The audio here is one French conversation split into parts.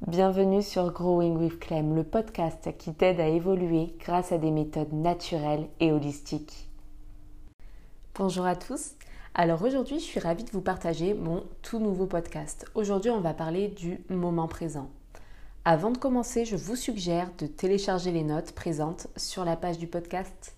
Bienvenue sur Growing with Clem, le podcast qui t'aide à évoluer grâce à des méthodes naturelles et holistiques. Bonjour à tous. Alors aujourd'hui, je suis ravie de vous partager mon tout nouveau podcast. Aujourd'hui, on va parler du moment présent. Avant de commencer, je vous suggère de télécharger les notes présentes sur la page du podcast.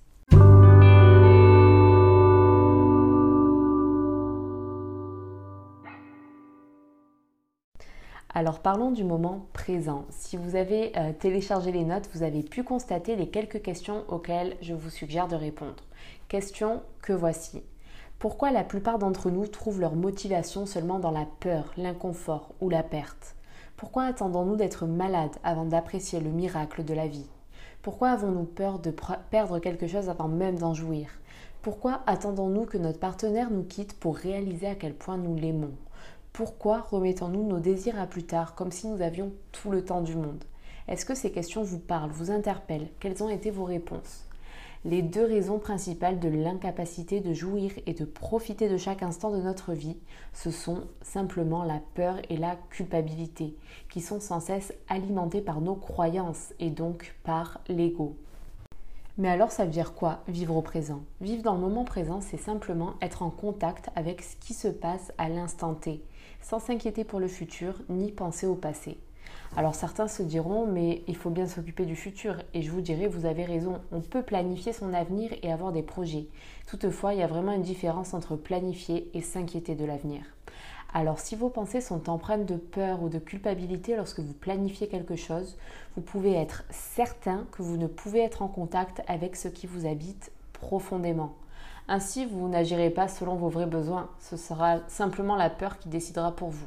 Alors parlons du moment présent. Si vous avez téléchargé les notes, vous avez pu constater les quelques questions auxquelles je vous suggère de répondre. Questions que voici. Pourquoi la plupart d'entre nous trouvent leur motivation seulement dans la peur, l'inconfort ou la perte ? Pourquoi attendons-nous d'être malades avant d'apprécier le miracle de la vie ? Pourquoi avons-nous peur de perdre quelque chose avant même d'en jouir ? Pourquoi attendons-nous que notre partenaire nous quitte pour réaliser à quel point nous l'aimons ? Pourquoi remettons-nous nos désirs à plus tard comme si nous avions tout le temps du monde ? Est-ce que ces questions vous parlent, vous interpellent ? Quelles ont été vos réponses ? Les deux raisons principales de l'incapacité de jouir et de profiter de chaque instant de notre vie, ce sont simplement la peur et la culpabilité, qui sont sans cesse alimentées par nos croyances et donc par l'ego. Mais alors ça veut dire quoi, vivre au présent ? Vivre dans le moment présent, c'est simplement être en contact avec ce qui se passe à l'instant T, sans s'inquiéter pour le futur ni penser au passé. Alors certains se diront, mais il faut bien s'occuper du futur, et je vous dirai, vous avez raison, on peut planifier son avenir et avoir des projets. Toutefois, il y a vraiment une différence entre planifier et s'inquiéter de l'avenir. Alors si vos pensées sont empreintes de peur ou de culpabilité lorsque vous planifiez quelque chose, vous pouvez être certain que vous ne pouvez être en contact avec ce qui vous habite profondément. Ainsi, vous n'agirez pas selon vos vrais besoins, ce sera simplement la peur qui décidera pour vous.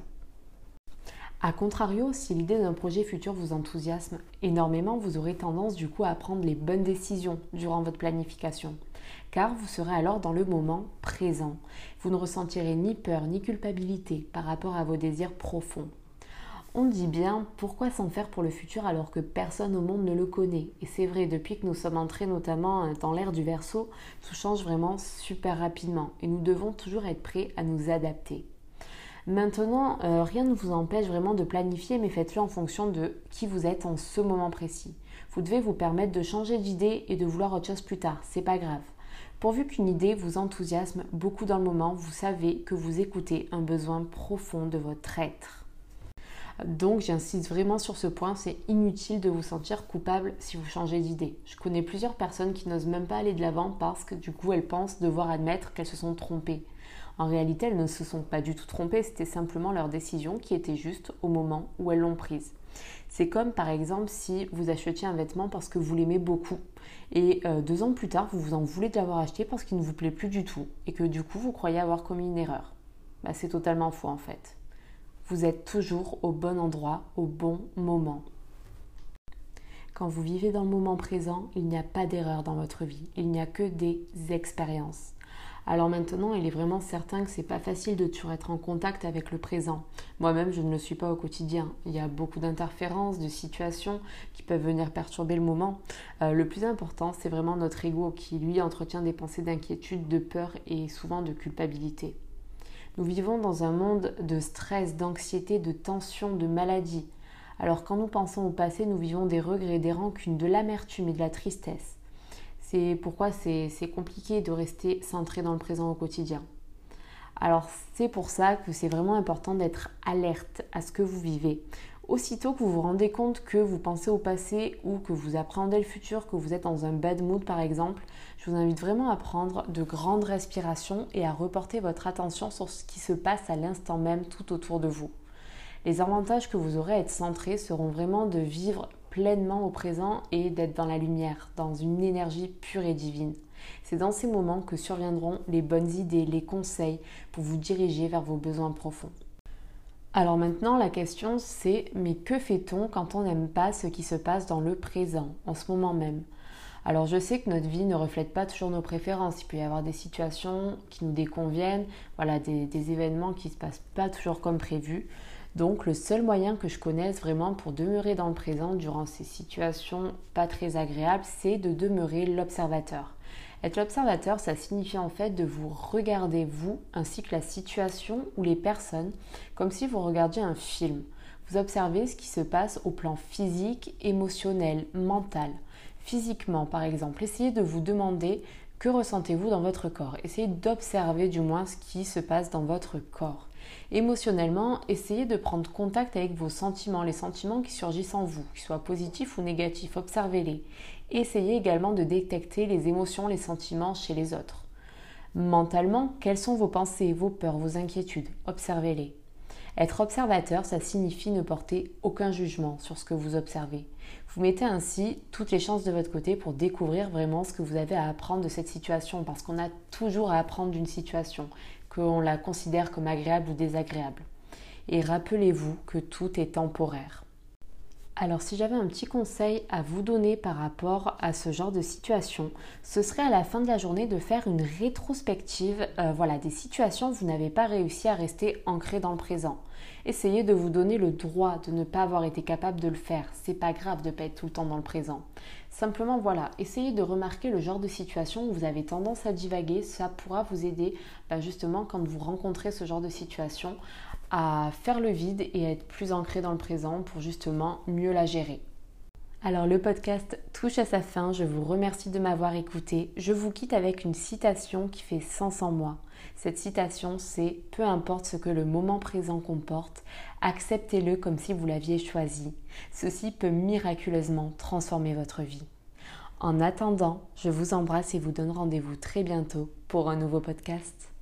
A contrario, si l'idée d'un projet futur vous enthousiasme énormément, vous aurez tendance du coup à prendre les bonnes décisions durant votre planification, car vous serez alors dans le moment présent. Vous ne ressentirez ni peur ni culpabilité par rapport à vos désirs profonds. On dit bien, pourquoi s'en faire pour le futur alors que personne au monde ne le connaît ? Et c'est vrai, depuis que nous sommes entrés notamment dans l'ère du Verseau, tout change vraiment super rapidement et nous devons toujours être prêts à nous adapter. Maintenant, rien ne vous empêche vraiment de planifier, mais faites-le en fonction de qui vous êtes en ce moment précis. Vous devez vous permettre de changer d'idée et de vouloir autre chose plus tard, c'est pas grave. Pourvu qu'une idée vous enthousiasme beaucoup dans le moment, vous savez que vous écoutez un besoin profond de votre être. Donc j'insiste vraiment sur ce point, c'est inutile de vous sentir coupable si vous changez d'idée. Je connais plusieurs personnes qui n'osent même pas aller de l'avant parce que du coup elles pensent devoir admettre qu'elles se sont trompées. En réalité, elles ne se sont pas du tout trompées, c'était simplement leur décision qui était juste au moment où elles l'ont prise. C'est comme par exemple si vous achetiez un vêtement parce que vous l'aimez beaucoup et 2 ans plus tard, vous vous en voulez de l'avoir acheté parce qu'il ne vous plaît plus du tout et que du coup, vous croyez avoir commis une erreur. C'est totalement faux en fait. Vous êtes toujours au bon endroit, au bon moment. Quand vous vivez dans le moment présent, il n'y a pas d'erreur dans votre vie, il n'y a que des expériences. Alors maintenant, il est vraiment certain que c'est pas facile de toujours être en contact avec le présent. Moi-même, je ne le suis pas au quotidien. Il y a beaucoup d'interférences, de situations qui peuvent venir perturber le moment. Le plus important, c'est vraiment notre ego qui, lui, entretient des pensées d'inquiétude, de peur et souvent de culpabilité. Nous vivons dans un monde de stress, d'anxiété, de tension, de maladie. Alors quand nous pensons au passé, nous vivons des regrets, des rancunes, de l'amertume et de la tristesse. C'est pourquoi c'est compliqué de rester centré dans le présent au quotidien. Alors c'est pour ça que c'est vraiment important d'être alerte à ce que vous vivez. Aussitôt que vous vous rendez compte que vous pensez au passé ou que vous appréhendez le futur, que vous êtes dans un bad mood par exemple, je vous invite vraiment à prendre de grandes respirations et à reporter votre attention sur ce qui se passe à l'instant même tout autour de vous. Les avantages que vous aurez à être centré seront vraiment de vivre pleinement au présent et d'être dans la lumière, dans une énergie pure et divine. C'est dans ces moments que surviendront les bonnes idées, les conseils pour vous diriger vers vos besoins profonds. Alors maintenant, la question c'est, mais que fait-on quand on n'aime pas ce qui se passe dans le présent, en ce moment même ? Alors je sais que notre vie ne reflète pas toujours nos préférences, il peut y avoir des situations qui nous déconviennent, des événements qui ne se passent pas toujours comme prévu. Donc le seul moyen que je connaisse vraiment pour demeurer dans le présent durant ces situations pas très agréables, c'est de demeurer l'observateur. Être l'observateur, ça signifie en fait de vous regarder vous ainsi que la situation ou les personnes comme si vous regardiez un film. Vous observez ce qui se passe au plan physique, émotionnel, mental. Physiquement, par exemple, essayez de vous demander que ressentez-vous dans votre corps. Essayez d'observer du moins ce qui se passe dans votre corps. Émotionnellement, essayez de prendre contact avec vos sentiments, les sentiments qui surgissent en vous, qu'ils soient positifs ou négatifs, observez-les. Essayez également de détecter les émotions, les sentiments chez les autres. Mentalement, quelles sont vos pensées, vos peurs, vos inquiétudes? Observez-les. Être observateur, ça signifie ne porter aucun jugement sur ce que vous observez. Vous mettez ainsi toutes les chances de votre côté pour découvrir vraiment ce que vous avez à apprendre de cette situation, parce qu'on a toujours à apprendre d'une situation, qu'on la considère comme agréable ou désagréable. Et rappelez-vous que tout est temporaire. Alors si j'avais un petit conseil à vous donner par rapport à ce genre de situation, ce serait à la fin de la journée de faire une rétrospective des situations où vous n'avez pas réussi à rester ancré dans le présent. Essayez de vous donner le droit de ne pas avoir été capable de le faire. C'est pas grave de ne pas être tout le temps dans le présent. Simplement essayez de remarquer le genre de situation où vous avez tendance à divaguer. Ça pourra vous aider justement quand vous rencontrez ce genre de situation à faire le vide et à être plus ancré dans le présent pour justement mieux la gérer. Alors le podcast touche à sa fin, je vous remercie de m'avoir écouté. Je vous quitte avec une citation qui fait sens en moi. Cette citation c'est « Peu importe ce que le moment présent comporte, acceptez-le comme si vous l'aviez choisi. Ceci peut miraculeusement transformer votre vie. » En attendant, je vous embrasse et vous donne rendez-vous très bientôt pour un nouveau podcast.